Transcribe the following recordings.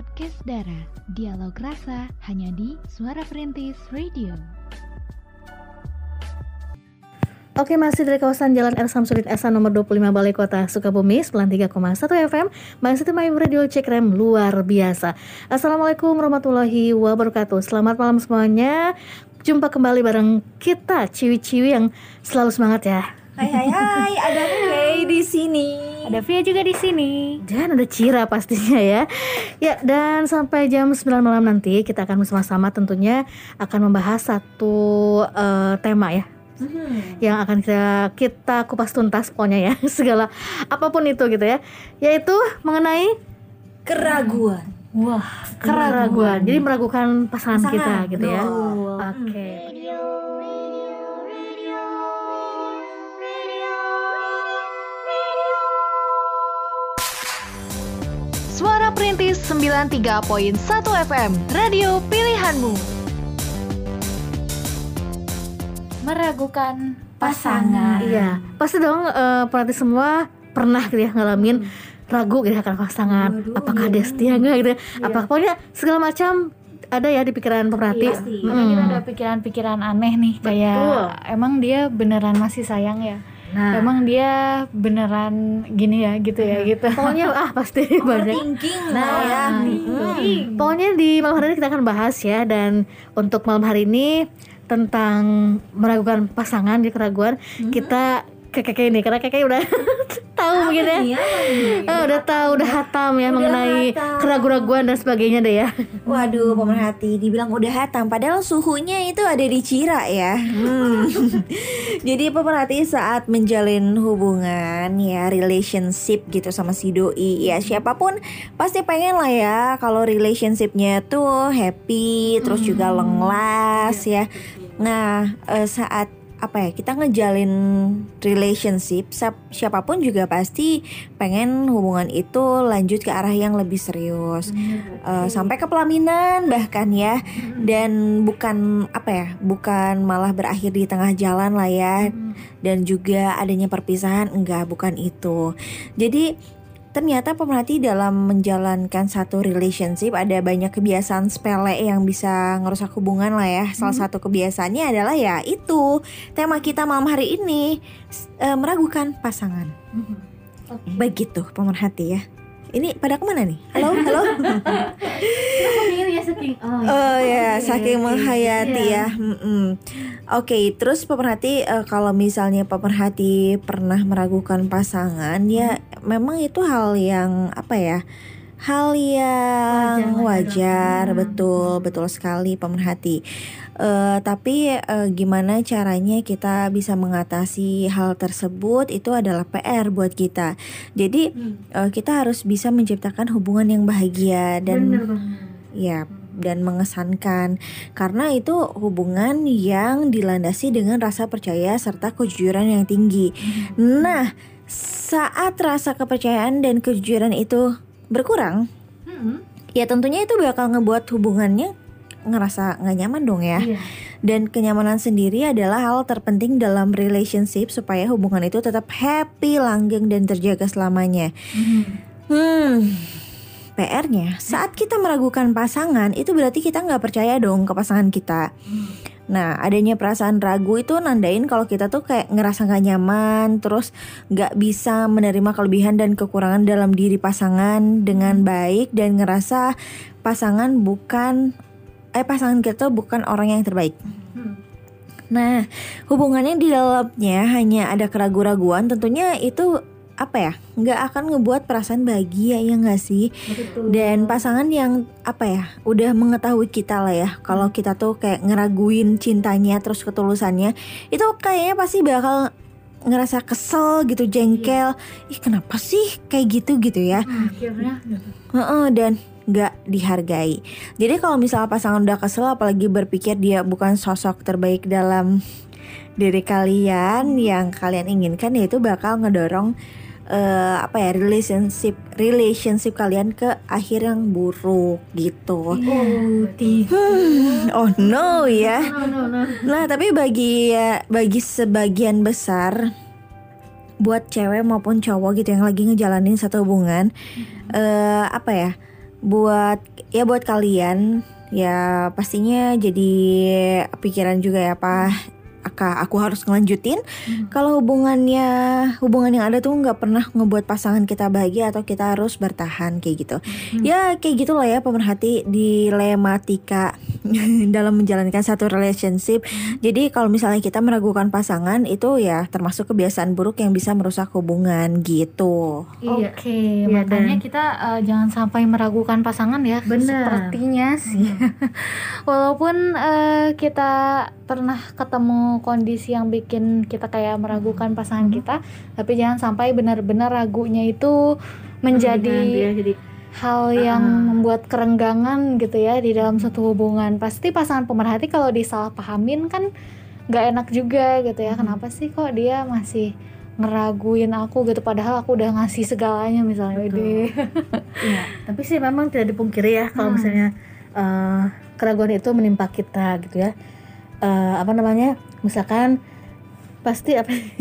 Podcast Dara, dialog rasa hanya di Suara Perintis Radio. Oke, masih dari kawasan Jalan R. Samsudin SA nomor 25 Balai Kota Sukabumi 93,1 FM masih di My Radio Cekrem luar biasa. Assalamualaikum warahmatullahi wabarakatuh. Selamat malam semuanya. Jumpa kembali bareng kita ciwi-ciwi yang selalu semangat ya. Hai, ada Kay di sini. Ada Via juga di sini. Dan ada Cira pastinya ya. Ya, dan sampai jam 9 malam nanti kita akan bersama-sama tentunya akan membahas satu tema ya. Yang akan kita kupas tuntas pokoknya ya. Segala apapun itu gitu ya. Yaitu mengenai keraguan. Wah, keraguan. Jadi meragukan pasangan kita gitu ya. Oke. Suara Perintis 93.1 FM, radio pilihanmu. Meragukan pasangan. Iya, pasti dong pelatih semua pernah gitu ya ngalamin ragu gitu akan pasangan. Apakah dia setia nggak gitu? Apakah pokoknya segala macam ada ya di pikiran pemerhati. Karena kita ada pikiran-pikiran aneh nih. Kayak emang dia beneran masih sayang ya? Nah, emang dia beneran gini ya gitu ya gitu. pokoknya pasti banyak. Pokoknya di malam hari ini kita akan bahas ya. Dan untuk malam hari ini tentang meragukan pasangan di keraguan, kita kakek ini karena kakek udah tahu mungkin ya. Udah tahu, udah hatam ya mengenai keraguan-raguan dan sebagainya deh ya. Waduh, pemerhati dibilang udah hatam padahal suhunya itu ada di Cira ya. Jadi pemerhati saat menjalin hubungan ya, relationship gitu sama si doi ya, siapapun pasti pengen lah ya kalau relationshipnya tuh happy, terus juga long last ya. Nah, saat kita ngejalin relationship, siapapun juga pasti pengen hubungan itu lanjut ke arah yang lebih serius, sampai ke pelaminan bahkan ya. Dan bukan malah berakhir di tengah jalan lah ya. Dan juga adanya perpisahan, bukan itu. Jadi ternyata pemerhati dalam menjalankan satu relationship ada banyak kebiasaan sepele yang bisa ngerusak hubungan lah ya. Salah satu kebiasaannya adalah ya itu tema kita malam hari ini, meragukan pasangan. Begitu pemerhati ya. Ini pada kemana nih? Halo? Saking menghayati ya. Oke, terus pemerhati kalau misalnya pemerhati pernah meragukan pasangan ya, memang itu hal yang hal yang wajar. Betul sekali pemerhati. Tapi gimana caranya kita bisa mengatasi hal tersebut, itu adalah PR buat kita. Jadi kita harus bisa menciptakan hubungan yang bahagia dan mengesankan, karena itu hubungan yang dilandasi dengan rasa percaya serta kejujuran yang tinggi. Nah, saat rasa kepercayaan dan kejujuran itu berkurang, ya tentunya itu bakal ngebuat hubungannya ngerasa gak nyaman dong ya. Dan kenyamanan sendiri adalah hal terpenting dalam relationship supaya hubungan itu tetap happy, langgeng, dan terjaga selamanya. PR-nya, saat kita meragukan pasangan, itu berarti kita gak percaya dong ke pasangan kita. Nah, adanya perasaan ragu itu nandain kalau kita tuh kayak ngerasa gak nyaman, terus gak bisa menerima kelebihan dan kekurangan dalam diri pasangan dengan baik, dan ngerasa pasangan kita bukan orang yang terbaik. Nah, hubungannya di dalamnya hanya ada keraguan-raguan, tentunya itu nggak akan ngebuat perasaan bahagia, ya nggak sih? Betul. Dan pasangan yang udah mengetahui kita lah ya, kalau kita tuh kayak ngeraguin cintanya terus ketulusannya, itu kayaknya pasti bakal ngerasa kesel gitu, jengkel. Ih, kenapa sih kayak gitu ya? Dan gak dihargai. Jadi kalau misalnya pasangan udah kesel, apalagi berpikir dia bukan sosok terbaik dalam diri kalian yang kalian inginkan, ya itu bakal ngedorong relationship kalian ke akhir yang buruk gitu. Oh no ya. Nah, tapi bagi sebagian besar buat cewek maupun cowok gitu yang lagi ngejalanin satu hubungan, buat kalian ya pastinya jadi pikiran juga ya, aku harus ngelanjutin kalau hubungan yang ada tuh nggak pernah ngebuat pasangan kita bahagia atau kita harus bertahan kayak gitu. Ya kayak gitulah ya pemerhati, dilematika dalam menjalankan satu relationship. Jadi kalau misalnya kita meragukan pasangan itu ya termasuk kebiasaan buruk yang bisa merusak hubungan gitu. Oke, makanya kita jangan sampai meragukan pasangan ya. Bener. Sepertinya sih. Walaupun kita pernah ketemu kondisi yang bikin kita kayak meragukan pasangan kita, tapi jangan sampai benar-benar ragunya itu menjadi hal yang membuat kerenggangan gitu ya di dalam suatu hubungan. Pasti pasangan pemerhati kalau disalahpahamin kan nggak enak juga gitu ya. Kenapa sih kok dia masih ngeraguin aku gitu, padahal aku udah ngasih segalanya misalnya. Iya, tapi sih memang tidak dipungkiri ya kalau misalnya keraguan itu menimpa kita gitu ya. Misalkan pasti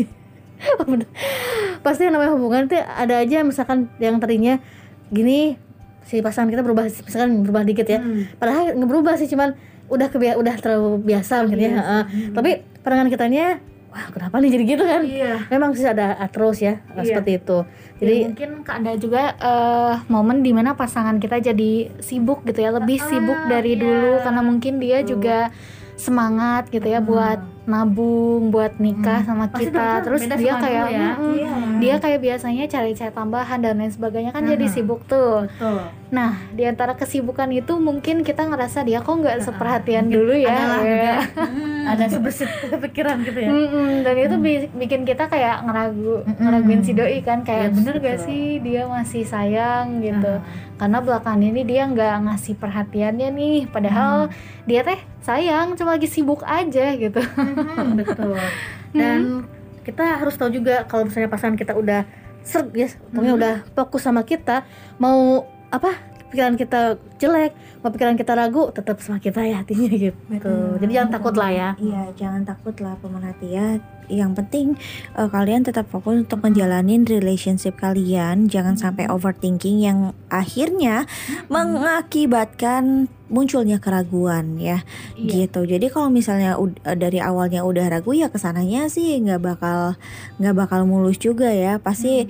pasti yang namanya hubungan itu ada aja misalkan yang tadinya gini si pasangan kita berubah, misalkan berubah dikit ya, padahal nggak berubah sih, cuman udah terlalu biasa mungkin ya. Tapi pandangan kitanya, wah kenapa nih jadi gitu kan? Memang sih ada terus ya seperti itu. Jadi ya, mungkin ada juga momen dimana pasangan kita jadi sibuk gitu ya, lebih sibuk dari dulu karena mungkin dia juga semangat gitu ya buat nabung, buat nikah sama kita. Terus dia kayak dia kayak biasanya cari-cari tambahan dan lain sebagainya kan, jadi sibuk tuh. Nah, di antara kesibukan itu mungkin kita ngerasa dia kok nggak seperhatian dulu ya. Ada sebesit pikiran gitu ya. Dan itu bikin kita kayak ngeraguin si doi kan, kayak bener gak sih dia masih sayang gitu. Karena belakangan ini dia nggak ngasih perhatiannya nih, padahal dia teh sayang, cuma lagi sibuk aja gitu. Betul. Dan kita harus tahu juga kalau misalnya pasangan kita udah udah fokus sama kita, mau pikiran kita jelek, mau pikiran kita ragu, tetap sama kita ya hatinya gitu. Jadi jangan takut lah ya. Iya, jangan takut lah pemerhati ya. Yang penting kalian tetap fokus untuk menjalanin relationship kalian. Jangan sampai overthinking yang akhirnya mengakibatkan munculnya keraguan ya. Gitu. Jadi kalau misalnya dari awalnya udah ragu ya kesananya sih nggak bakal mulus juga ya. Pasti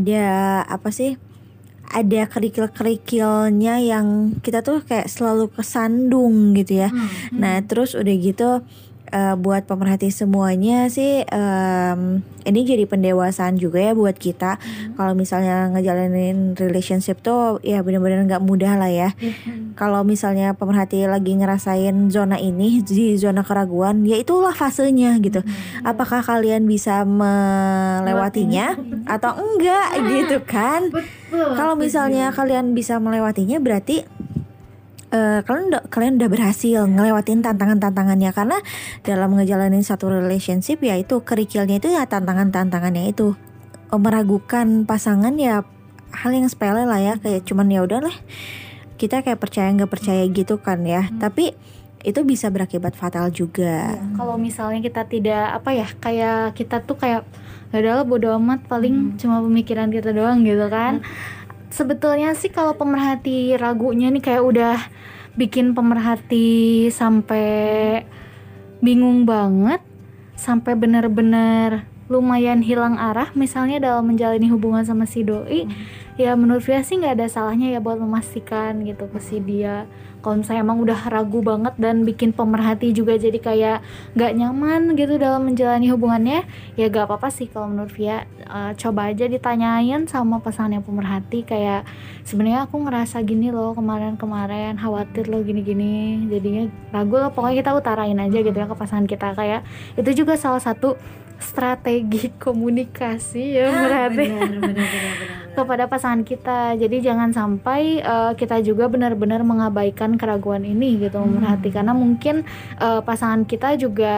ada kerikil-kerikilnya yang kita tuh kayak selalu kesandung gitu ya. Nah terus udah gitu buat pemerhati semuanya sih ini jadi pendewasaan juga ya buat kita. Kalau misalnya ngejalanin relationship tuh ya benar-benar nggak mudah lah ya. Kalau misalnya pemerhati lagi ngerasain zona ini, di zona keraguan, ya itulah fasenya gitu. Apakah kalian bisa melewatinya atau enggak gitu kan? Kalau misalnya kalian bisa melewatinya berarti kalian udah berhasil ngelewatin tantangannya, karena dalam ngejalanin satu relationship ya itu kerikilnya itu ya tantangannya itu. Meragukan pasangan ya hal yang sepele lah ya, kayak cuman ya udahlah kita kayak percaya nggak percaya gitu kan ya. Tapi itu bisa berakibat fatal juga. Kalau misalnya kita tidak kayak kita tuh kayak adalah bodo amat, paling cuma pemikiran kita doang gitu kan. Sebetulnya sih kalau pemerhati ragunya nih kayak udah bikin pemerhati sampai bingung banget, sampai benar-benar lumayan hilang arah misalnya dalam menjalani hubungan sama si doi, ya menurut Via sih nggak ada salahnya ya buat memastikan gitu ke si dia. Kalau misalnya emang udah ragu banget dan bikin pemerhati juga jadi kayak gak nyaman gitu dalam menjalani hubungannya, ya gak apa-apa sih kalau menurut Via. Coba aja ditanyain sama pasangan yang pemerhati, kayak sebenarnya aku ngerasa gini loh kemarin khawatir loh gini-gini, jadinya ragu loh. Pokoknya kita utarain aja gitu ya ke pasangan kita. Kayak itu juga salah satu strategi komunikasi ya berarti kepada pasangan kita. Jadi jangan sampai kita juga benar-benar mengabaikan keraguan ini gitu merhati, karena mungkin pasangan kita juga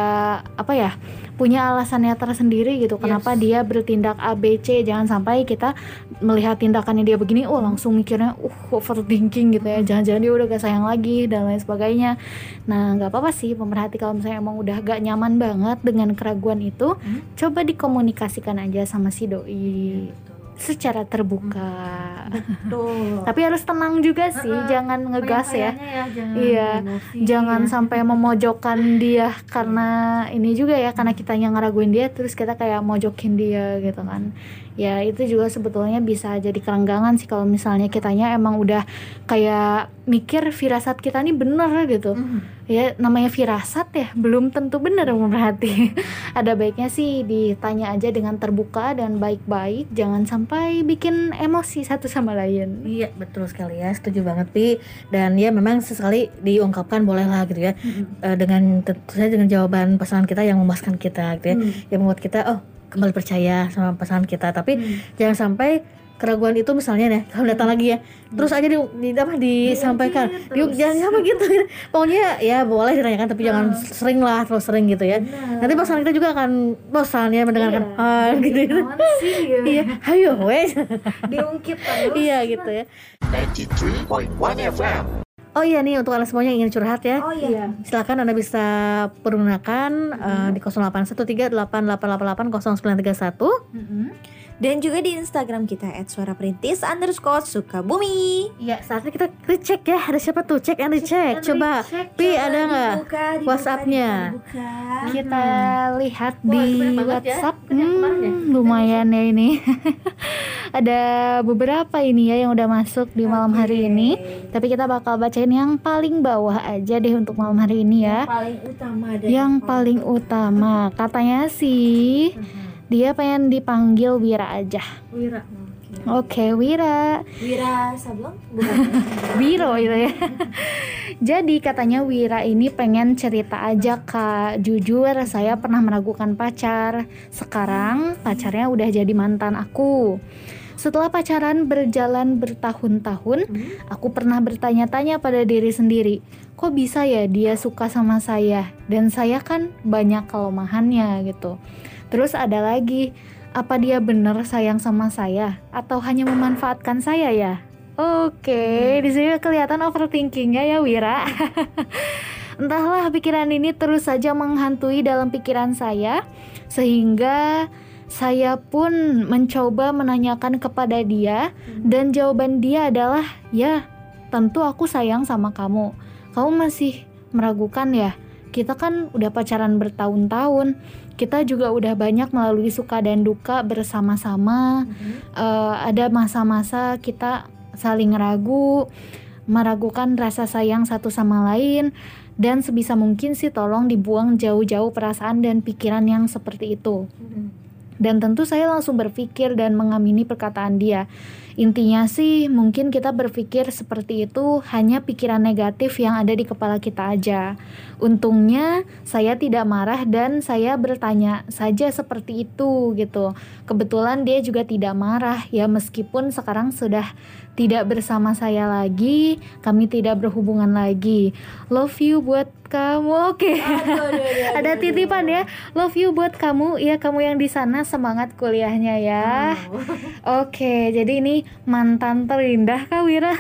punya alasannya tersendiri gitu kenapa dia bertindak ABC. Jangan sampai kita melihat tindakannya dia begini langsung mikirnya overthinking gitu ya, jangan-jangan dia udah gak sayang lagi dan lain sebagainya. Nah gak apa-apa sih pemerhati kalau misalnya emang udah gak nyaman banget dengan keraguan itu, coba dikomunikasikan aja sama si doi. secara terbuka. Betul. Tapi harus tenang juga sih, jangan ngegas ya. Jangan Iya, emosi, jangan ya. sampai memojokkan dia karena ini juga ya, karena kitanya ngeraguin dia terus kita kayak mojokin dia gitu kan. Ya itu juga sebetulnya bisa jadi kerenggangan sih kalau misalnya kitanya emang udah kayak mikir firasat kita nih bener gitu. Ya namanya firasat ya, belum tentu bener pemerhati. Ada baiknya sih ditanya aja dengan terbuka dan baik-baik, jangan sampai bikin emosi satu sama lain. Iya betul sekali ya, setuju banget Pi. Dan ya memang sesekali diungkapkan boleh lah gitu ya. Dengan tentu saja dengan jawaban pasangan kita yang memuaskan kita gitu ya, yang membuat kita kembali percaya sama pasangan kita. Tapi jangan sampai keraguan itu misalnya nih kalau datang lagi ya, terus aja disampaikan. Jangan begitu. Pokoknya ya boleh ditanyakan tapi jangan sering lah, terus sering gitu ya. Nanti pasangan kita juga akan bosan ya mendengarkan gitu. Iya, ayo wes. Diungkit terus. Iya gitu ya. 93.1 FM. Oh iya nih, untuk Anda semuanya yang ingin curhat ya, Oh iya. silakan Anda bisa pergunakan di 081388880931. Dan juga di Instagram kita @suaraperintis_Sukabumi. Iya, saatnya kita cek ya, ada siapa tuh? Cek and recheck. Coba, Pi ada nggak WhatsApp-nya? Kita lihat Wah, di itu banyak banget ya. WhatsApp. Kan yang kemarin ya? Lumayan ya ini. Ada beberapa ini ya yang udah masuk di malam hari ini. Tapi kita bakal bacain yang paling bawah aja deh untuk malam hari ini ya. Paling utama dan Yang paling utama katanya sih dia pengen dipanggil Wira aja. Wira. Oke, Wira. Wira Sableng bukan? Wiro itu ya. Jadi katanya Wira ini pengen cerita aja Kak. Jujur saya pernah meragukan pacar. Sekarang pacarnya udah jadi mantan aku. Setelah pacaran berjalan bertahun-tahun, aku pernah bertanya-tanya pada diri sendiri, kok bisa ya dia suka sama saya? Dan saya kan banyak kelemahannya gitu. Terus ada lagi, apa dia benar sayang sama saya atau hanya memanfaatkan saya ya? Oke, di sini kelihatan overthinkingnya ya Wira. Entahlah, pikiran ini terus saja menghantui dalam pikiran saya sehingga saya pun mencoba menanyakan kepada dia dan jawaban dia adalah ya tentu aku sayang sama kamu. Kamu masih meragukan ya? Kita kan udah pacaran bertahun-tahun. Kita juga udah banyak melalui suka dan duka bersama-sama. Ada masa-masa kita saling ragu, meragukan rasa sayang satu sama lain. Dan sebisa mungkin sih tolong dibuang jauh-jauh perasaan dan pikiran yang seperti itu. Dan tentu saya langsung berpikir dan mengamini perkataan dia. Intinya sih mungkin kita berpikir seperti itu hanya pikiran negatif yang ada di kepala kita aja. Untungnya saya tidak marah dan saya bertanya saja seperti itu gitu. Kebetulan dia juga tidak marah ya, meskipun sekarang sudah tidak bersama saya lagi, kami tidak berhubungan lagi. Love you buat kamu. Oke. Ada titipan ya. Love you buat kamu. Ya kamu yang di sana semangat kuliahnya ya. Oke, jadi ini mantan terindah Kak Wira.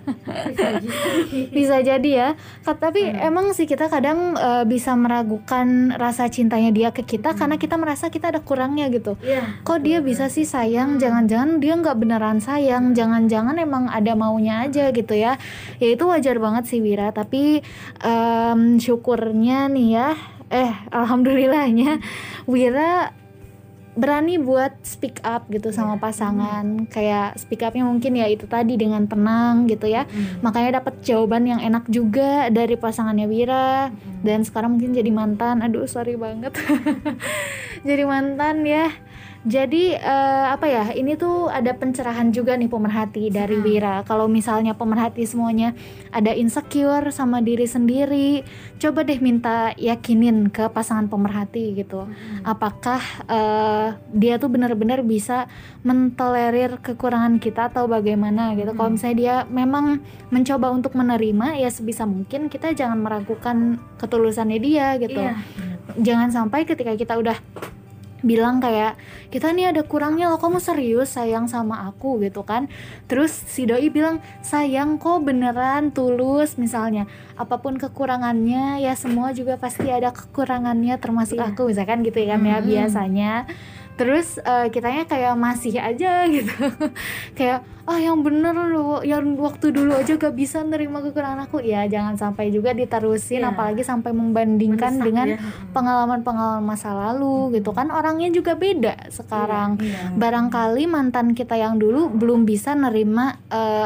Bisa jadi ya. Tapi emang sih kita kadang bisa meragukan rasa cintanya dia ke kita karena kita merasa kita ada kurangnya gitu. Kok dia bisa sih sayang? Jangan-jangan dia nggak beneran sayang. Jangan-jangan emang ada maunya aja gitu ya. Ya itu wajar banget sih Wira. Tapi syukurnya nih ya, alhamdulillahnya Wira berani buat speak up gitu sama pasangan. Kayak speak upnya mungkin ya itu tadi dengan tenang gitu ya. Makanya dapat jawaban yang enak juga dari pasangannya Wira. Dan sekarang mungkin jadi mantan. Aduh sorry banget. Jadi mantan ya. Jadi ini tuh ada pencerahan juga nih pemerhati dari Wira. Kalau misalnya pemerhati semuanya ada insecure sama diri sendiri, coba deh minta yakinin ke pasangan pemerhati gitu. Apakah dia tuh benar-benar bisa mentolerir kekurangan kita atau bagaimana gitu. Kalau misalnya dia memang mencoba untuk menerima, ya sebisa mungkin kita jangan meragukan ketulusannya dia gitu. Jangan sampai ketika kita udah bilang kayak kita nih ada kurangnya loh, kamu serius sayang sama aku gitu kan, terus si doi bilang sayang kok beneran tulus misalnya, apapun kekurangannya ya semua juga pasti ada kekurangannya termasuk aku misalkan gitu kan ya biasanya. Terus kitanya kayak masih aja gitu. Kayak yang bener loh, yang waktu dulu aja gak bisa nerima kekurangan aku. Ya jangan sampai juga diterusin, apalagi sampai membandingkan dengan pengalaman-pengalaman masa lalu gitu kan. Orangnya juga beda sekarang. Barangkali mantan kita yang dulu belum bisa nerima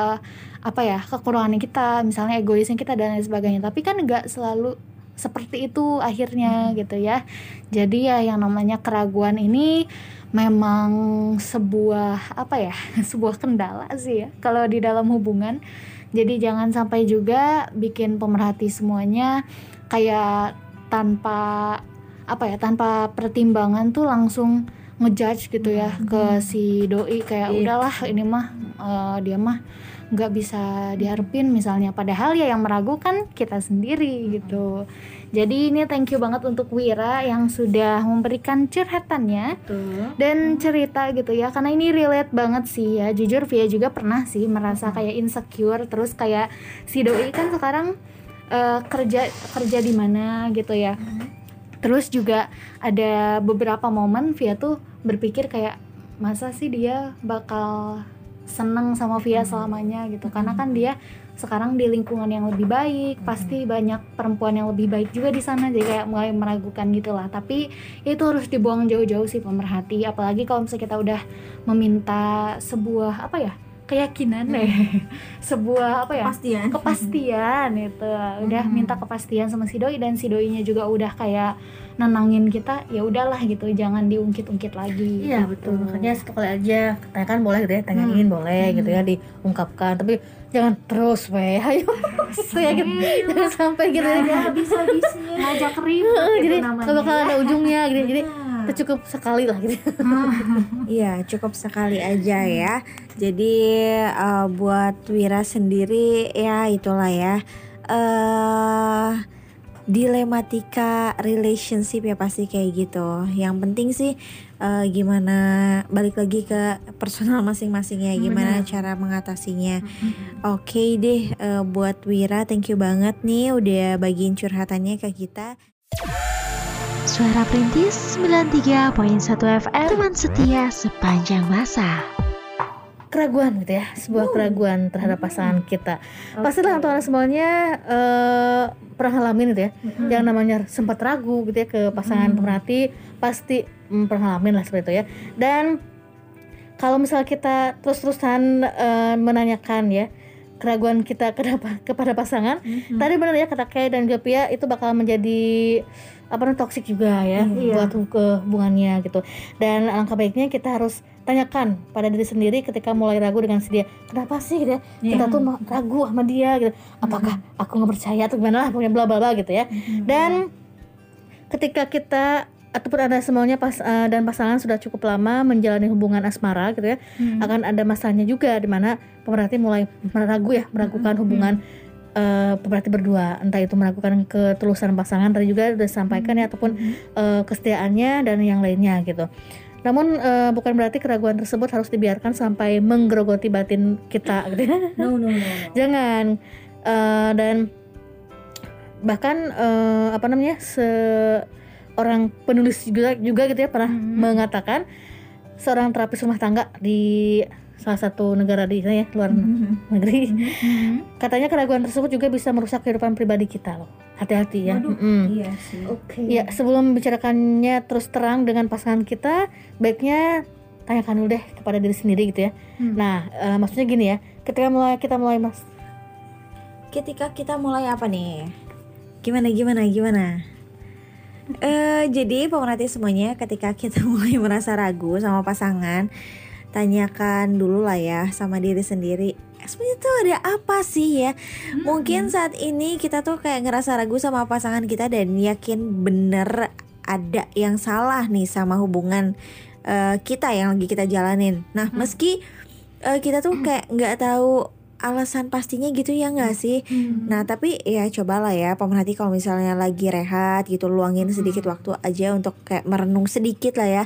kekurangan kita, misalnya egoisnya kita dan lain sebagainya. Tapi kan gak selalu seperti itu akhirnya gitu ya. Jadi ya yang namanya keraguan ini memang sebuah sebuah kendala sih ya kalau di dalam hubungan. Jadi jangan sampai juga bikin pemerhati semuanya kayak tanpa pertimbangan tuh langsung ngejudge gitu ya ke si doi, kayak udahlah ini mah dia mah nggak bisa diharapin misalnya, padahal ya yang meragukan kita sendiri gitu. Jadi ini thank you banget untuk Wira yang sudah memberikan curhatannya dan cerita gitu ya, karena ini relate banget sih ya. Jujur Via juga pernah sih merasa kayak insecure, terus kayak si doi kan sekarang kerja di mana gitu ya. Terus juga ada beberapa momen Via tuh berpikir kayak masa sih dia bakal seneng sama Via selamanya gitu, karena kan dia sekarang di lingkungan yang lebih baik, pasti banyak perempuan yang lebih baik juga di sana, jadi kayak mulai meragukan gitulah. Tapi itu harus dibuang jauh-jauh sih pemerhati, apalagi kalau misalnya kita udah meminta sebuah keyakinan sebuah kepastian itu udah minta kepastian sama si doi, dan si doinya juga udah kayak nenangin kita, ya udahlah gitu, jangan diungkit-ungkit lagi. Iya gitu. Betul, makanya sekali aja tanyakan boleh gitu ya, tanyain boleh gitu ya, diungkapkan, tapi jangan terus ayo gitu ya gitu. Jangan sampai gitu ya habis-habisnya ngajak ribut jadi namanya. kalau bakal ada ujungnya gitu, jadi cukup sekali lah gitu. Iya, cukup sekali aja ya. Jadi buat Wira sendiri ya itulah ya, dilematika relationship ya pasti kayak gitu. Yang penting sih gimana, balik lagi ke personal masing-masing ya, gimana cara mengatasinya. Oke deh, buat Wira thank you banget nih udah bagiin curhatannya ke kita. Suara Perintis 93.1 FM, teman setia sepanjang masa. Keraguan gitu ya, sebuah keraguan terhadap pasangan kita. Pastilah untuk anda semuanya pernah ngalamin gitu ya, yang namanya sempat ragu gitu ya ke pasangan pemerhati, pasti pernah ngalamin lah seperti itu ya. Dan kalau misalnya kita terus-terusan menanyakan ya keraguan kita kepada pasangan, tadi benar ya kata Kay dan Gapia, itu bakal menjadi toksik juga ya buat hubungannya gitu. Dan alangkah baiknya kita harus tanyakan pada diri sendiri ketika mulai ragu dengan si dia, kenapa sih gitu ya kita tuh ragu sama dia gitu, apakah aku nggak percaya atau gimana lah, pokoknya bla bla bla gitu ya. Dan ketika kita ataupun anda semuanya dan pasangan sudah cukup lama menjalani hubungan asmara gitu ya, akan ada masanya juga di mana pemerhati mulai meragukan hubungan pemerhati berdua, entah itu meragukan ketulusan pasangan tadi juga sudah disampaikan ya, ataupun kesetiaannya dan yang lainnya gitu. Namun bukan berarti keraguan tersebut harus dibiarkan sampai menggerogoti batin kita gitu. No. Jangan. Dan bahkan seorang penulis juga gitu ya pernah mengatakan, seorang terapis rumah tangga di salah satu negara di sana ya, luar negeri, katanya keraguan tersebut juga bisa merusak kehidupan pribadi kita loh. Hati-hati ya. Iya sih. Ya, sebelum membicarakannya terus terang dengan pasangan kita, baiknya tanyakan dulu deh kepada diri sendiri gitu ya. Nah, maksudnya gini ya, ketika kita mulai apa nih? Gimana? Jadi pemerhati semuanya, ketika kita mulai merasa ragu sama pasangan, tanyakan dulu lah ya sama diri sendiri, sebenarnya tuh ada apa sih ya. Mungkin saat ini kita tuh kayak ngerasa ragu sama pasangan kita dan yakin bener ada yang salah nih sama hubungan kita yang lagi kita jalanin. Nah meski kita tuh kayak nggak tahu alasan pastinya gitu ya nggak sih. Nah tapi ya cobalah ya pemerhati, kalau misalnya lagi rehat gitu, luangin sedikit waktu aja untuk kayak merenung sedikit lah ya.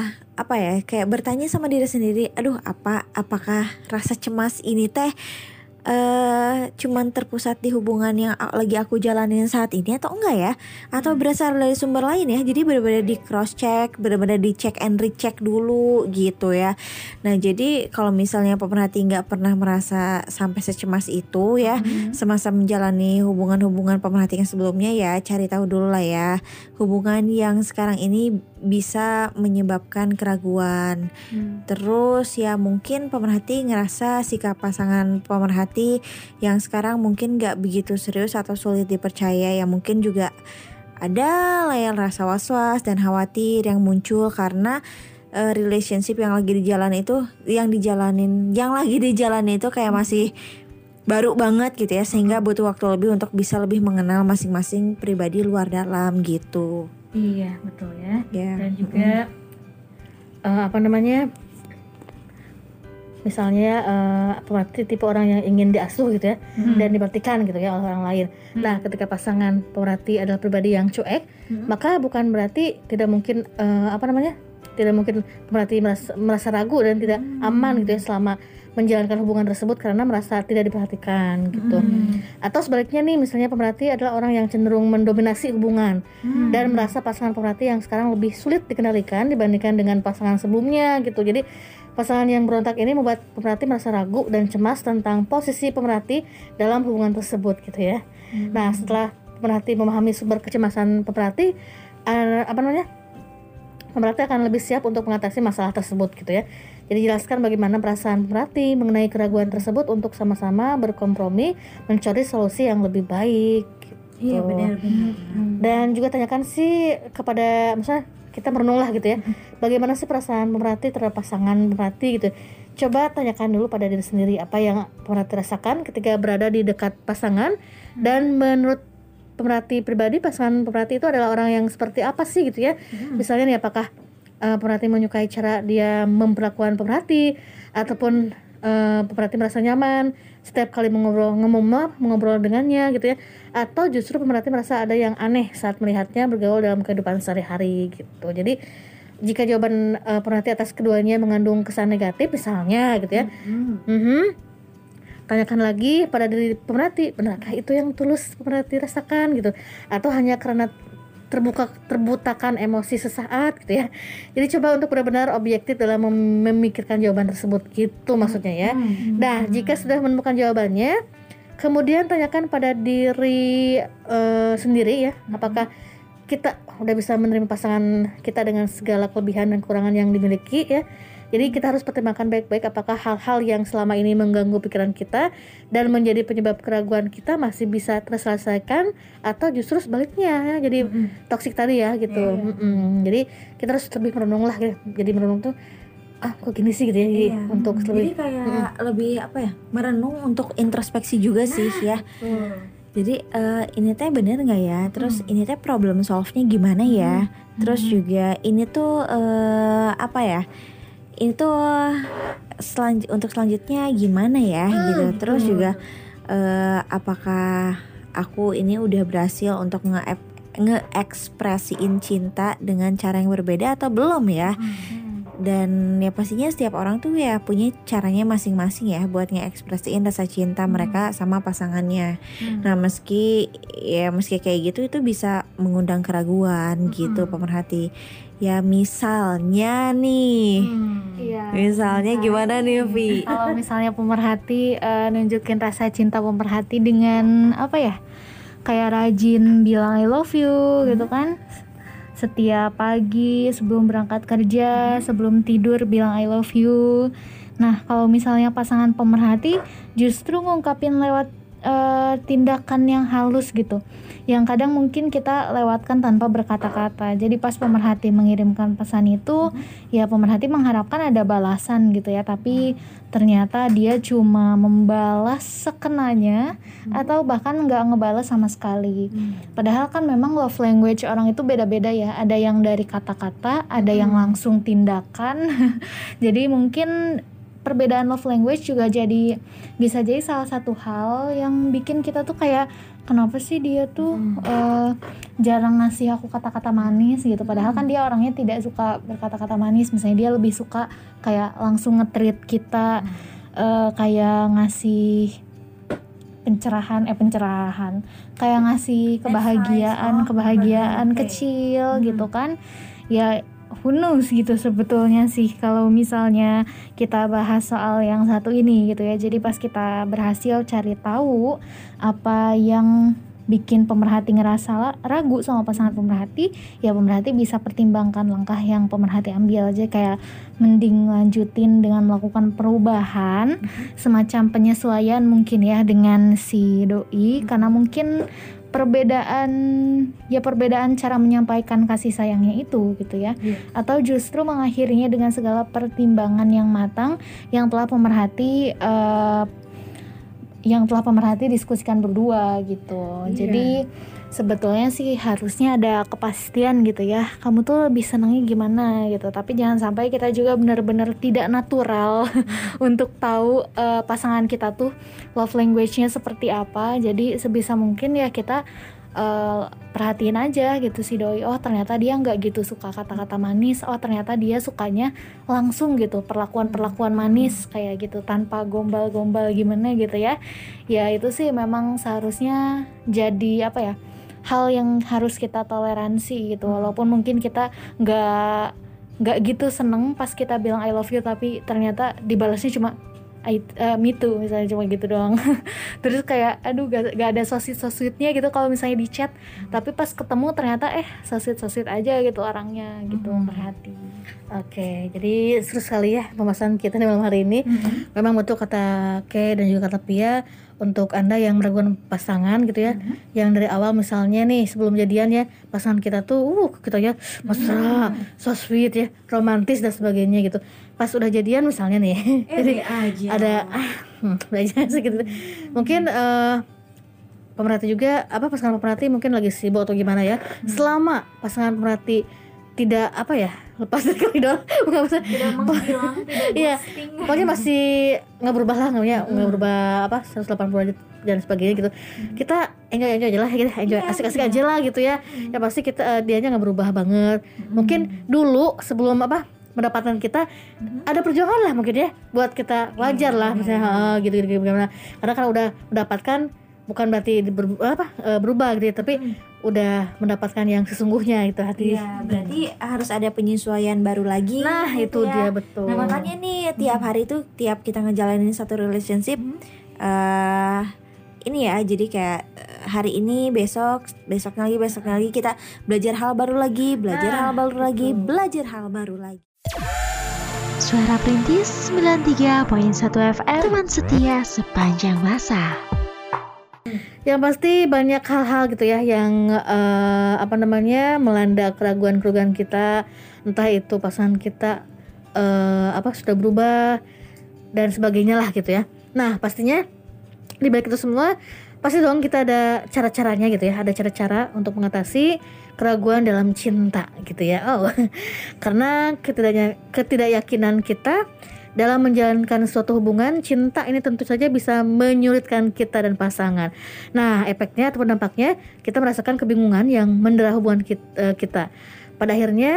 Kayak bertanya sama diri sendiri, apakah rasa cemas ini teh cuman terpusat di hubungan yang lagi aku jalanin saat ini atau enggak ya, atau berasal dari sumber lain ya. Jadi benar-benar di cross check, benar-benar di check and recheck dulu gitu ya. Nah jadi kalau misalnya pemerhati nggak pernah merasa sampai secemas itu ya semasa menjalani hubungan-hubungan pemerhati yang sebelumnya, ya cari tahu dulu lah ya hubungan yang sekarang ini bisa menyebabkan keraguan. Terus ya mungkin pemerhati ngerasa sikap pasangan pemerhati yang sekarang mungkin gak begitu serius atau sulit dipercaya, ya mungkin juga ada lah yang rasa was-was dan khawatir yang muncul karena relationship yang lagi dijalanin itu kayak masih baru banget gitu ya, sehingga butuh waktu lebih untuk bisa lebih mengenal masing-masing pribadi luar dalam gitu. Iya betul ya. Yeah. Dan juga misalnya pemerhati tipe orang yang ingin diasuh gitu ya, dan diperhatikan gitu ya oleh orang lain. Nah ketika pasangan pemerhati adalah pribadi yang cuek, maka bukan berarti tidak mungkin tidak mungkin pemerhati merasa ragu dan tidak aman gitu ya selama menjalankan hubungan tersebut karena merasa tidak diperhatikan gitu. Atau sebaliknya nih, misalnya pemerhati adalah orang yang cenderung mendominasi hubungan dan merasa pasangan pemerhati yang sekarang lebih sulit dikendalikan dibandingkan dengan pasangan sebelumnya gitu. Jadi pasangan yang berontak ini membuat pemerhati merasa ragu dan cemas tentang posisi pemerhati dalam hubungan tersebut gitu ya. Nah setelah pemerhati memahami sumber kecemasan pemerhati, pemerhati akan lebih siap untuk mengatasi masalah tersebut gitu ya. Jadi jelaskan bagaimana perasaan pemerhati mengenai keraguan tersebut untuk sama-sama berkompromi mencari solusi yang lebih baik gitu. Iya benar-benar. Dan juga tanyakan sih kepada, misalnya kita merenung lah gitu ya, bagaimana sih perasaan pemerhati terhadap pasangan pemerhati gitu. Coba tanyakan dulu pada diri sendiri apa yang pemerhati rasakan ketika berada di dekat pasangan, dan menurut pemerhati pribadi, pasangan pemerhati itu adalah orang yang seperti apa sih gitu ya. Misalnya nih, apakah pemerhati menyukai cara dia memperlakukan pemerhati, ataupun pemerhati merasa nyaman setiap kali mengobrol dengannya gitu ya, atau justru pemerhati merasa ada yang aneh saat melihatnya bergaul dalam kehidupan sehari-hari gitu. Jadi jika jawaban pemerhati atas keduanya mengandung kesan negatif misalnya gitu ya, tanyakan lagi pada diri pemerhati, benarkah itu yang tulus pemerhati rasakan gitu, atau hanya karena terbutakan emosi sesaat gitu ya. Jadi coba untuk benar-benar objektif dalam memikirkan jawaban tersebut gitu maksudnya ya. Nah jika sudah menemukan jawabannya, kemudian tanyakan pada diri sendiri ya, apakah kita udah bisa menerima pasangan kita dengan segala kelebihan dan kekurangan yang dimiliki ya. Jadi kita harus pertimbangkan baik-baik apakah hal-hal yang selama ini mengganggu pikiran kita dan menjadi penyebab keraguan kita masih bisa terselesaikan, atau justru sebaliknya ya, jadi toksik tadi ya gitu. Jadi kita harus lebih merenung lah ya. Jadi merenung tuh kok gini sih gitu ya, untuk lebih, jadi kayak lebih merenung untuk introspeksi juga sih ya. Jadi ini teh bener nggak ya? Terus ini teh problem solve-nya gimana ya? Terus juga ini tuh ini tuh untuk selanjutnya gimana ya gitu. Terus juga apakah aku ini udah berhasil untuk nge-ekspresiin cinta dengan cara yang berbeda atau belum ya. Dan ya pastinya setiap orang tuh ya punya caranya masing-masing ya buat nge-ekspresiin rasa cinta mereka sama pasangannya. Nah meski kayak gitu itu bisa mengundang keraguan gitu pemerhati. Ya misalnya nih, misalnya gimana nih Vi? Kalau misalnya pemerhati nunjukin rasa cinta pemerhati dengan kayak rajin bilang I love you gitu kan, setiap pagi sebelum berangkat kerja, sebelum tidur bilang I love you. Nah kalau misalnya pasangan pemerhati justru ngungkapin lewat tindakan yang halus gitu, yang kadang mungkin kita lewatkan tanpa berkata-kata. Jadi pas pemerhati mengirimkan pesan itu, ya pemerhati mengharapkan ada balasan gitu ya, tapi ternyata dia cuma membalas sekenanya atau bahkan nggak ngebalas sama sekali. Padahal kan memang love language orang itu beda-beda ya, ada yang dari kata-kata, ada yang langsung tindakan. Jadi mungkin perbedaan love language juga bisa jadi salah satu hal yang bikin kita tuh kayak, kenapa sih dia tuh jarang ngasih aku kata-kata manis gitu. Padahal kan dia orangnya tidak suka berkata-kata manis. Misalnya dia lebih suka kayak langsung nge-treat kita, kayak ngasih pencerahan kayak ngasih kebahagiaan kecil gitu kan ya. Who knows gitu sebetulnya sih kalau misalnya kita bahas soal yang satu ini gitu ya. Jadi pas kita berhasil cari tahu apa yang bikin pemerhati ngerasa ragu sama pasangan pemerhati, ya pemerhati bisa pertimbangkan langkah yang pemerhati ambil aja, kayak mending lanjutin dengan melakukan perubahan semacam penyesuaian mungkin ya dengan si doi, karena mungkin perbedaan cara menyampaikan kasih sayangnya itu gitu ya. Atau justru mengakhirinya dengan segala pertimbangan yang matang yang telah pemerhati diskusikan berdua gitu. Jadi sebetulnya sih harusnya ada kepastian gitu ya, kamu tuh lebih senangnya gimana gitu. Tapi jangan sampai kita juga benar-benar tidak natural untuk tahu pasangan kita tuh love language-nya seperti apa. Jadi sebisa mungkin ya kita perhatiin aja gitu si doi, oh ternyata dia nggak gitu suka kata-kata manis, oh ternyata dia sukanya langsung gitu perlakuan manis kayak gitu tanpa gombal-gombal gimana gitu ya. Ya itu sih memang seharusnya jadi apa ya, hal yang harus kita toleransi gitu. Walaupun mungkin kita nggak gitu seneng pas kita bilang I love you, tapi ternyata dibalasnya cuma me too misalnya, cuma gitu doang. Terus kayak aduh gak ada so-sweetnya gitu kalau misalnya di chat, tapi pas ketemu ternyata so sweet aja gitu orangnya gitu. Merhati. Oke, jadi seru sekali ya pembahasan kita di malam hari ini. Memang betul kata Kay dan juga kata Pia, untuk Anda yang meragukan pasangan gitu ya, yang dari awal misalnya nih sebelum jadian ya, pasangan kita tuh kita ya mesra, so sweet ya, romantis dan sebagainya gitu. Pas udah jadian misalnya nih, jadi ada belajar gitu. Mungkin pemerhati juga pasangan pemerhati mungkin lagi sibuk atau gimana ya. Selama pasangan pemerhati tidak lepas dari koridor, Tidak menghilang, tidak ghosting. pokoknya masih nggak berubah lah, nggak berubah 180 derajat dan sebagainya gitu. Kita enjoy aja lah, kita enjoy asik-asik aja lah gitu ya. Ya pasti kita dianya nggak berubah banget. Mungkin dulu sebelum mendapatkan kita ada perjuangan lah mungkin ya, buat kita wajar lah misalnya gitu gimana. Karena kan udah mendapatkan, bukan berarti berubah gitu ya, tapi udah mendapatkan yang sesungguhnya itu hati. Iya, berarti harus ada penyesuaian baru lagi. Nah, gitu itu dia betul. Nah, makanya nih tiap hari tuh, tiap kita ngejalanin satu relationship, ini ya, jadi kayak hari ini, besoknya lagi kita belajar hal baru lagi, belajar hal baru lagi. Suara Perintis 93.1 FM, teman setia sepanjang masa. Yang pasti banyak hal-hal gitu ya yang melanda keraguan-keraguan kita, entah itu pasangan kita sudah berubah dan sebagainya lah gitu ya. Nah pastinya di balik itu semua pasti dong kita ada cara-caranya gitu ya, ada cara-cara untuk mengatasi keraguan dalam cinta gitu ya. Karena ketidakyakinan kita dalam menjalankan suatu hubungan cinta ini tentu saja bisa menyulitkan kita dan pasangan. Nah, efeknya atau dampaknya kita merasakan kebingungan yang mendera hubungan kita. Pada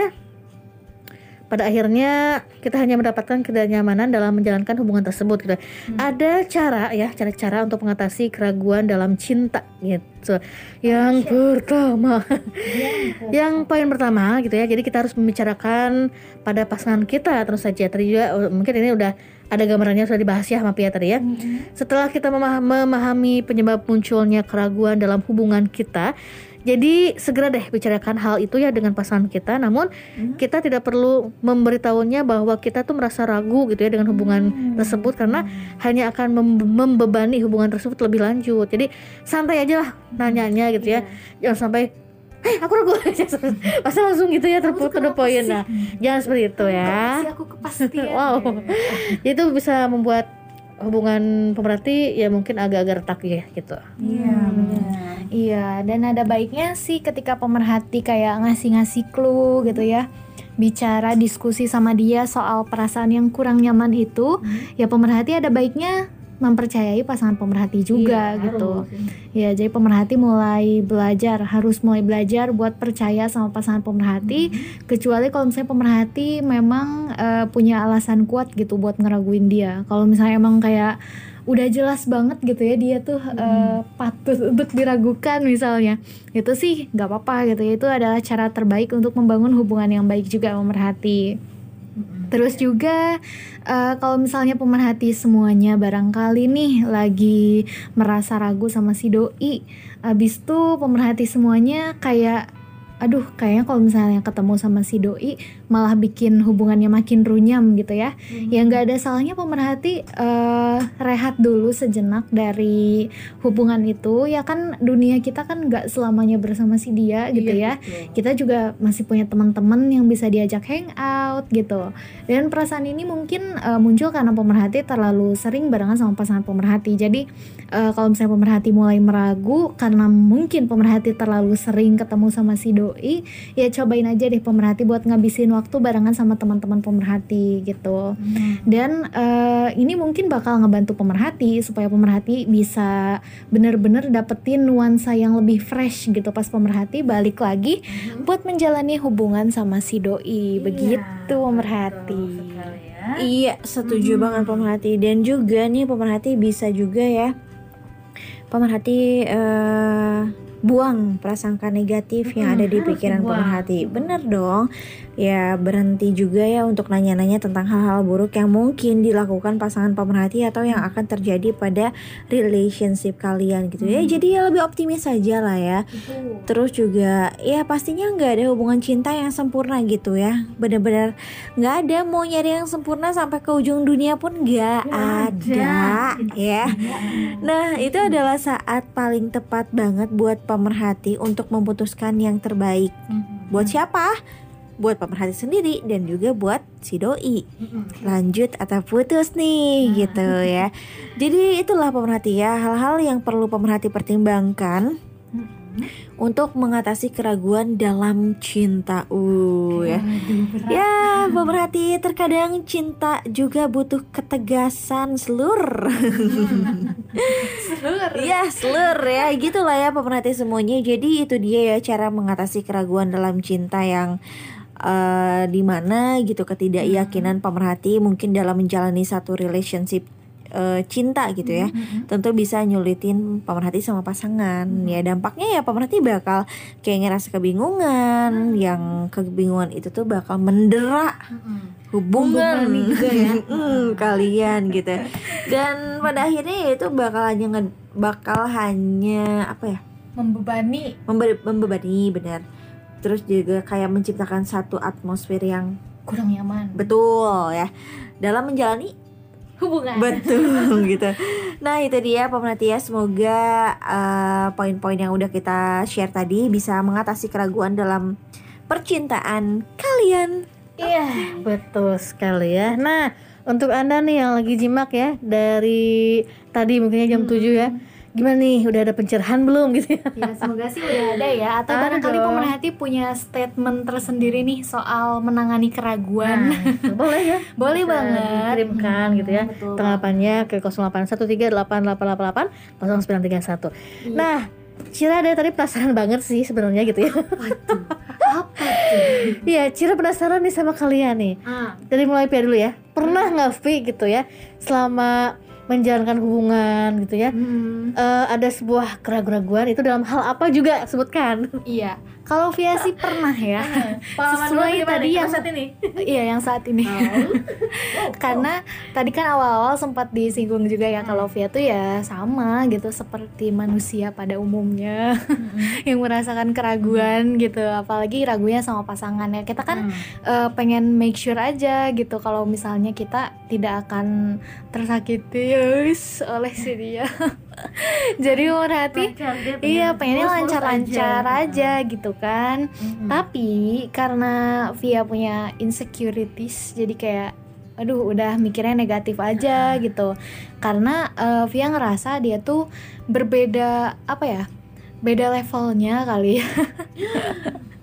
akhirnya kita hanya mendapatkan ketidaknyamanan dalam menjalankan hubungan tersebut gitu. Ada cara untuk mengatasi keraguan dalam cinta gitu. Yang pertama, yang poin pertama gitu ya. Jadi kita harus membicarakan pada pasangan kita terus saja. Tadi juga mungkin ini udah ada gambarannya, sudah dibahas ya sama Pia tadi ya. Setelah kita memahami penyebab munculnya keraguan dalam hubungan kita, jadi segera deh bicarakan hal itu ya dengan pasangan kita. Namun kita tidak perlu memberitahunya bahwa kita tuh merasa ragu gitu ya dengan hubungan tersebut, karena hanya akan membebani hubungan tersebut lebih lanjut. Jadi santai aja lah nanyanya gitu ya. Jangan sampai aku ragu pasti langsung gitu ya, terputus the point. Nah jangan seperti itu ya. Kasih aku kepastian. Wow. Itu bisa membuat hubungan pemerhati ya mungkin agak-agak retak ya gitu. Iya, benar. Iya, dan ada baiknya sih ketika pemerhati kayak ngasih clue gitu ya, bicara diskusi sama dia soal perasaan yang kurang nyaman itu, ya pemerhati ada baiknya mempercayai pasangan pemerhati juga gitu. Ya, jadi pemerhati harus mulai belajar buat percaya sama pasangan pemerhati, kecuali kalau misalnya pemerhati memang punya alasan kuat gitu buat ngeraguin dia. Kalau misalnya emang kayak udah jelas banget gitu ya dia tuh patut untuk diragukan misalnya, itu sih nggak apa-apa gitu ya. Itu adalah cara terbaik untuk membangun hubungan yang baik juga pemerhati. Terus juga kalau misalnya pemerhati semuanya barangkali nih lagi merasa ragu sama si doi, abis itu pemerhati semuanya kayak aduh kayaknya kalau misalnya ketemu sama si doi malah bikin hubungannya makin runyam gitu ya. Ya nggak ada salahnya pemerhati rehat dulu sejenak dari hubungan itu. Ya kan dunia kita kan nggak selamanya bersama si dia gitu ya. Betul. Kita juga masih punya teman-teman yang bisa diajak hangout gitu. Dan perasaan ini mungkin muncul karena pemerhati terlalu sering barengan sama pasangan pemerhati. Jadi kalau misalnya pemerhati mulai meragu karena mungkin pemerhati terlalu sering ketemu sama si doi, ya cobain aja deh pemerhati buat ngabisin waktu barengan sama teman-teman pemerhati gitu. Dan ini mungkin bakal ngebantu pemerhati supaya pemerhati bisa bener-bener dapetin nuansa yang lebih fresh gitu pas pemerhati balik lagi buat menjalani hubungan sama si doi. Begitu pemerhati. Iya, setuju banget pemerhati. Dan juga nih pemerhati bisa juga ya, pemerhati buang prasangka negatif yang ada di pikiran pemerhati. Bener dong. Ya berhenti juga ya untuk nanya-nanya tentang hal-hal buruk yang mungkin dilakukan pasangan pemerhati atau yang akan terjadi pada relationship kalian gitu ya. Jadi ya lebih optimis saja lah ya. Terus juga ya pastinya nggak ada hubungan cinta yang sempurna gitu ya. Bener-bener nggak ada, mau nyari yang sempurna sampai ke ujung dunia pun nggak ada ya. Nah itu adalah saat paling tepat banget buat pemerhati untuk memutuskan yang terbaik. Buat siapa? Buat pemerhati sendiri dan juga buat si doi. Lanjut atau putus nih gitu ya. Jadi itulah pemerhati ya, hal-hal yang perlu pemerhati pertimbangkan untuk mengatasi keraguan dalam cinta. Ya. Ya, pemerhati terkadang cinta juga butuh ketegasan selur. Ya, selur ya, gitulah ya pemerhati semuanya. Jadi itu dia ya cara mengatasi keraguan dalam cinta yang dimana gitu ketidakyakinan pemerhati mungkin dalam menjalani satu relationship cinta gitu ya. Tentu bisa nyulitin pemerhati sama pasangan. Ya dampaknya ya pemerhati bakal kayak ngerasa kebingungan, yang kebingungan itu tuh bakal mendera hubungan kalian gitu. Dan pada akhirnya itu bakal hanya apa ya? Membebani benar. Terus juga kayak menciptakan satu atmosfer yang kurang nyaman. Betul ya dalam menjalani hubungan. Betul gitu. Nah itu dia pemerhati ya, semoga poin-poin yang udah kita share tadi bisa mengatasi keraguan dalam percintaan kalian. Iya, betul sekali ya. Nah, untuk Anda nih yang lagi jimak ya dari tadi mungkinnya jam 7 ya. Gimana nih, udah ada pencerahan belum gitu ya? Ya semoga sih udah ada ya. Atau barangkali pemerhati punya statement tersendiri nih soal menangani keraguan. Nah, boleh ya. Boleh Bisa banget. dikirimkan gitu ya. Betul. Tanggapannya ke 081388880931. Nah, Cira dari tadi penasaran banget sih sebenarnya gitu ya. Apa tuh? Iya, Cira penasaran nih sama kalian nih. Dari mulai Pia dulu ya. Pernah nggak Vi gitu ya selama menjalankan hubungan gitu ya, ada sebuah keraguan-keraguan itu dalam hal apa juga sebutkan? Iya, kalau Via sih pernah ya. Sesuai tadi yang saat ini. Iya, yang saat ini. Karena tadi kan awal-awal sempat disinggung juga ya kalau Via tuh ya sama gitu seperti manusia pada umumnya yang merasakan keraguan gitu, apalagi ragunya sama pasangannya. Kita kan pengen make sure aja gitu kalau misalnya kita tidak akan tersakiti oleh si dia. Jadi pemerhati iya pengennya lancar-lancar aja gitu kan. Tapi karena Via punya insecurities, jadi kayak aduh udah mikirnya negatif aja gitu. Karena Via ngerasa dia tuh berbeda apa ya, beda levelnya kali ya.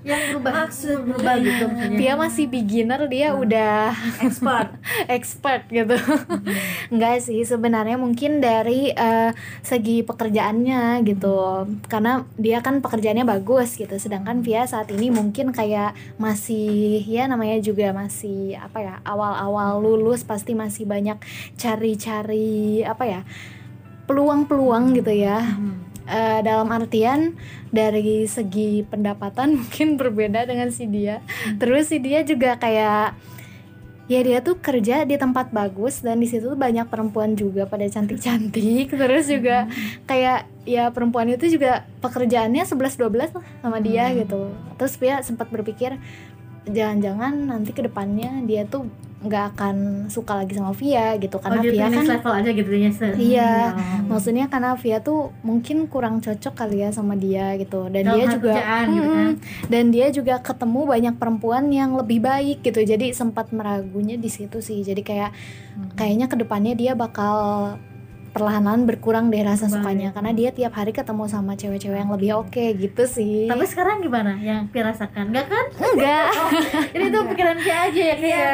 yang berubah gitu maksudnya. Dia masih beginner, dia udah expert gitu. Enggak sih, sebenarnya mungkin dari segi pekerjaannya gitu, karena dia kan pekerjaannya bagus gitu, sedangkan Via saat ini mungkin kayak masih, ya namanya juga masih apa ya, awal-awal lulus, pasti masih banyak cari-cari apa ya, peluang-peluang gitu ya. Dalam artian dari segi pendapatan mungkin berbeda dengan si dia. Terus si dia juga kayak, ya dia tuh kerja di tempat bagus dan di situ banyak perempuan juga pada cantik-cantik. Terus juga kayak ya perempuan itu juga pekerjaannya 11-12 lah sama dia gitu. Terus dia sempat berpikir jangan-jangan nanti ke depannya dia tuh nggak akan suka lagi sama Via gitu, karena Via kan level aja gitu ya. Iya, maksudnya karena Via tuh mungkin kurang cocok kali ya sama dia gitu, dan dia juga gitu kan. dan dia juga ketemu banyak perempuan yang lebih baik gitu, jadi sempat meragunya di situ sih. Jadi kayak kayaknya kedepannya dia bakal perlahan-lahan berkurang deh rasa sukanya, karena dia tiap hari ketemu sama cewek-cewek yang lebih oke gitu sih. Tapi sekarang gimana yang Via rasakan? Enggak kan? Enggak. Ini tuh pikiran Via aja ya kayak.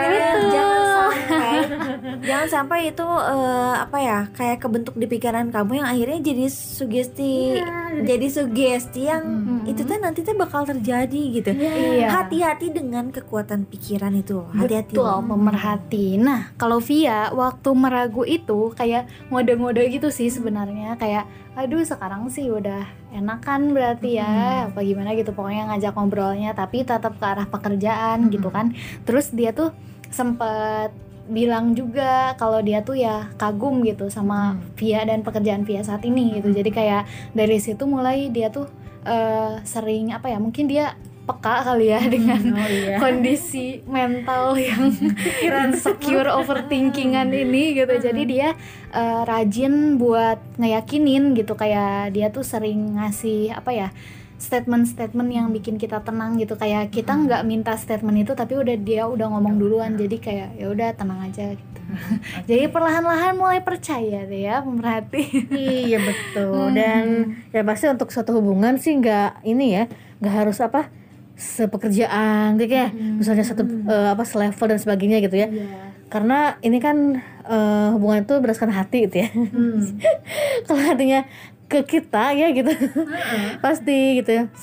Jangan sampai itu apa ya, kayak kebentuk di pikiran kamu yang akhirnya jadi sugesti, jadi sugesti yang itu tuh nanti tuh bakal terjadi gitu. Hati-hati dengan kekuatan pikiran itu. Hati-hati. Betul, pemerhati. Nah, kalau Via waktu meragu itu kayak ngode-ngode gitu sih sebenarnya, kayak aduh sekarang sih udah enak kan berarti ya, apa gimana gitu, pokoknya ngajak ngobrolnya tapi tetap ke arah pekerjaan gitu kan. Terus dia tuh sempet bilang juga kalau dia tuh ya kagum gitu sama Via dan pekerjaan Via saat ini gitu. Jadi kayak dari situ mulai dia tuh sering apa ya, mungkin dia peka kali ya dengan kondisi mental yang insecure, overthinkingan ini gitu. Jadi dia rajin buat ngeyakinin gitu, kayak dia tuh sering ngasih apa ya, statement-statement yang bikin kita tenang gitu. Kayak kita nggak minta statement itu tapi dia udah ngomong duluan, jadi kayak ya udah tenang aja gitu. Jadi perlahan-lahan mulai percaya deh ya pemerhati. Iya betul. Dan ya pasti untuk suatu hubungan sih nggak ini ya, nggak harus apa sepekerjaan gitu ya, misalnya satu apa selevel dan sebagainya gitu ya. Karena ini kan hubungan itu berdasarkan hati gitu ya. Kalau hatinya ke kita ya gitu, pasti gitu ya,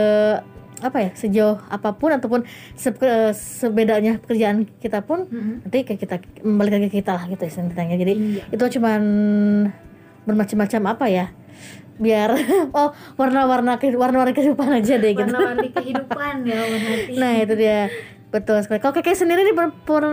sejauh apapun ataupun sebedanya pekerjaan kita pun nanti kayak kita balik lagi ke kita lah gitu istilahnya. Jadi itu cuman bermacam-macam apa ya, biar warna-warni kehidupan aja deh gitu. Warna-warni kehidupan ya pemerhati. Nah itu dia, betul sekali. Kalau kakek sendiri nih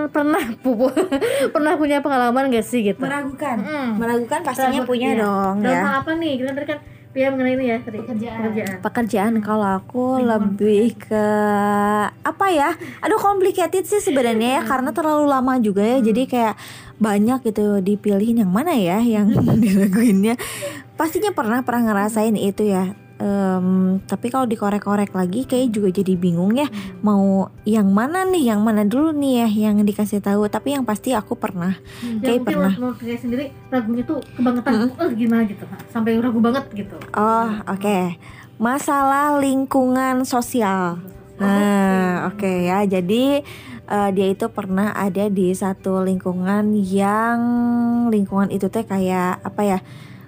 pernah punya pengalaman gak sih gitu? Meragukan pastinya punya dong dalam ya. hal apa nih? Kita tadi kan Via mengenai ini ya tadi, Pekerjaan kalau aku lebih ke apa ya? Aduh complicated sih sebenarnya ya, karena terlalu lama juga ya. Jadi kayak banyak gitu dipilihin yang mana ya yang dilakuinnya. Pastinya pernah ngerasain itu ya. Tapi kalau dikorek-korek lagi kayak juga jadi bingung ya, mau yang mana dulu nih ya yang dikasih tahu. Tapi yang pasti aku pernah kayak pernah. Kayak sendiri ragunya tuh kebangetan, gimana gitu sampai ragu banget gitu. Oke. Masalah lingkungan sosial. Nah oke ya, jadi dia itu pernah ada di satu lingkungan yang lingkungan itu teh kayak apa ya,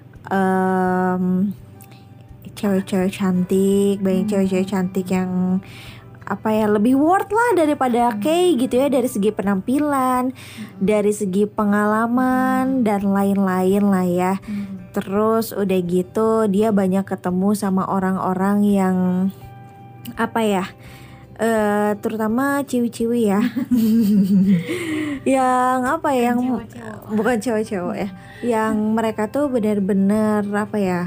cewek-cewek cantik, banyak cewek-cewek cantik yang apa ya, lebih worth lah daripada Kay gitu ya, dari segi penampilan, dari segi pengalaman dan lain-lain lah ya. Terus udah gitu dia banyak ketemu sama orang-orang yang apa ya, terutama ciwi-ciwi ya. Yang apa ya, yang bukan cewek-cewek ya, yang mereka tuh benar-benar apa ya,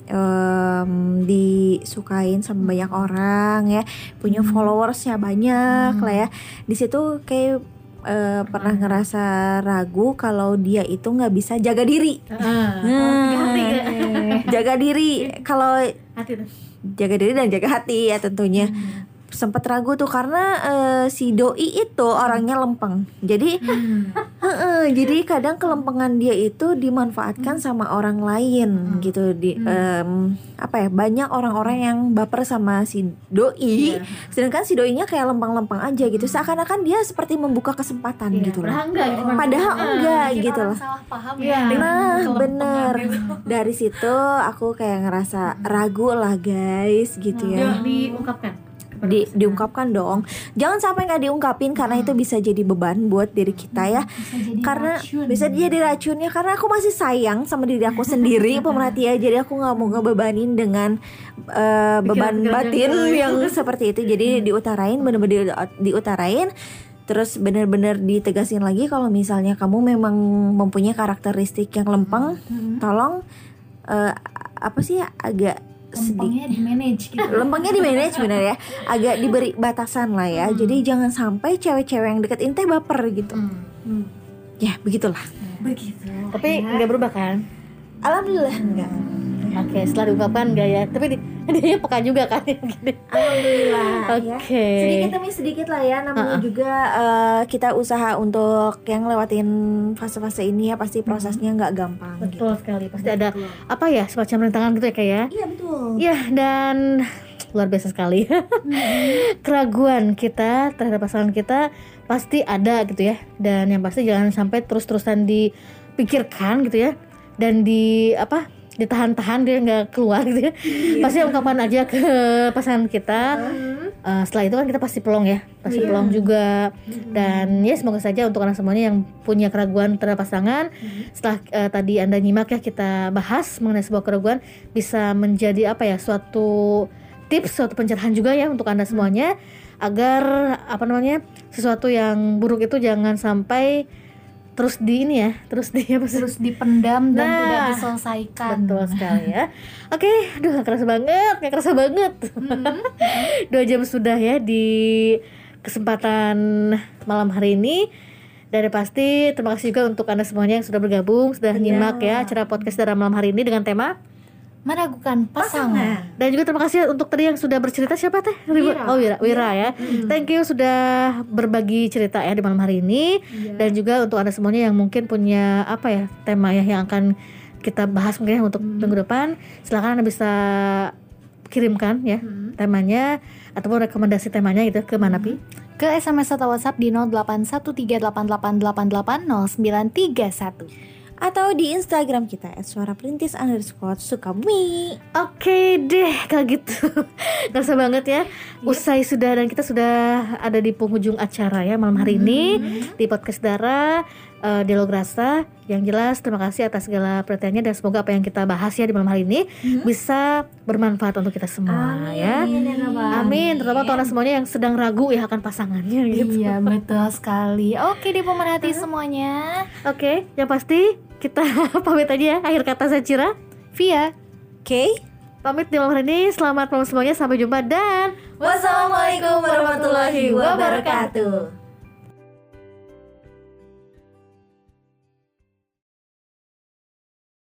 disukain sama banyak orang ya, punya followersnya banyak lah ya. Di situ kayak pernah ngerasa ragu kalau dia itu nggak bisa jaga diri. Jaga diri, kalau jaga diri dan jaga hati ya tentunya. sempet ragu tuh karena si doi itu orangnya lempeng. Jadi jadi kadang kelempengan dia itu dimanfaatkan sama orang lain gitu. Banyak orang-orang yang baper sama si doi, sedangkan si doinya kayak lempeng-lempeng aja gitu. Seakan-akan dia seperti membuka kesempatan gitu loh. Padahal enggak gitu loh. Salah paham Nah bener. Dari situ aku kayak ngerasa ragu lah guys gitu ya. Diungkapkan dong. Jangan sampai nggak diungkapin karena itu bisa jadi beban buat diri kita ya. Karena bisa jadi racunnya. Karena aku masih sayang sama diri aku sendiri pemerhati ya. Jadi aku nggak mau ngebebanin dengan beban batin yang seperti itu. Jadi diutarain, bener-bener diutarain. Terus benar-benar ditegasin lagi kalau misalnya kamu memang mempunyai karakteristik yang lempeng, tolong agak lempengnya di manage gitu. Lempengnya di manage bener ya. Agak diberi batasan lah ya. Jadi jangan sampai cewek-cewek yang deketin teh baper gitu. Ya begitulah. Begitu. Tapi nggak berubah kan? Alhamdulillah enggak. Oke, setelah diungkapkan enggak ya? Tapi dia peka juga kan? Alhamdulillah Oke. ya. Sedikit demi sedikit lah ya. Namanya juga kita usaha untuk yang lewatin fase-fase ini ya. Pasti prosesnya nggak gampang. Betul sekali. Pasti ada apa ya, semacam rintangan gitu ya kayak. Iya betul. Ya, dan luar biasa sekali. Keraguan kita terhadap pasangan kita pasti ada gitu ya. Dan yang pasti jangan sampai terus-terusan dipikirkan gitu ya. Dan ditahan-tahan dia nggak keluar gitu ya. Pasti ungkapan aja ke pasangan kita. Setelah itu kan kita pasti pelong ya, pasti pelong juga. Dan ya semoga saja untuk anak semuanya yang punya keraguan terhadap pasangan, setelah tadi Anda nyimak ya kita bahas mengenai sebuah keraguan, bisa menjadi suatu tips, suatu pencerahan juga ya untuk Anda semuanya, agar sesuatu yang buruk itu jangan sampai terus dipendam dan tidak diselesaikan. Betul sekali ya. Oke, gak kerasa banget. 2 jam sudah ya di kesempatan malam hari ini. Dan pasti terima kasih juga untuk Anda semuanya yang sudah bergabung, sudah nyimak ya acara podcast Dara malam hari ini dengan tema meragukan pasangan. Dan juga terima kasih untuk tadi yang sudah bercerita, siapa teh? Wira ya. Thank you sudah berbagi cerita ya di malam hari ini. Dan juga untuk Anda semuanya yang mungkin punya tema ya yang akan kita bahas mungkin untuk minggu depan, silakan Anda bisa kirimkan ya temanya ataupun rekomendasi temanya gitu ke mana Pi? Ke SMS atau WhatsApp di 081388880931 atau di Instagram kita @suaraperintis_Sukabumi. Oke deh kalau gitu. Gak usah banget ya. Usai sudah dan kita sudah ada di penghujung acara ya malam hari ini di podcast Dara Dialog Rasa. Yang jelas terima kasih atas segala perhatiannya dan semoga apa yang kita bahas ya di malam hari ini bisa bermanfaat untuk kita semua. Amin. Terutama untuk Anda semuanya yang sedang ragu ya akan pasangannya gitu. Iya betul sekali. Oke deh pemerhati semuanya. Oke, yang pasti kita pamit aja ya. Akhir kata saya Cira, Via. pamit di malam hari ini. Selamat malam semuanya, sampai jumpa dan wassalamualaikum warahmatullahi wabarakatuh.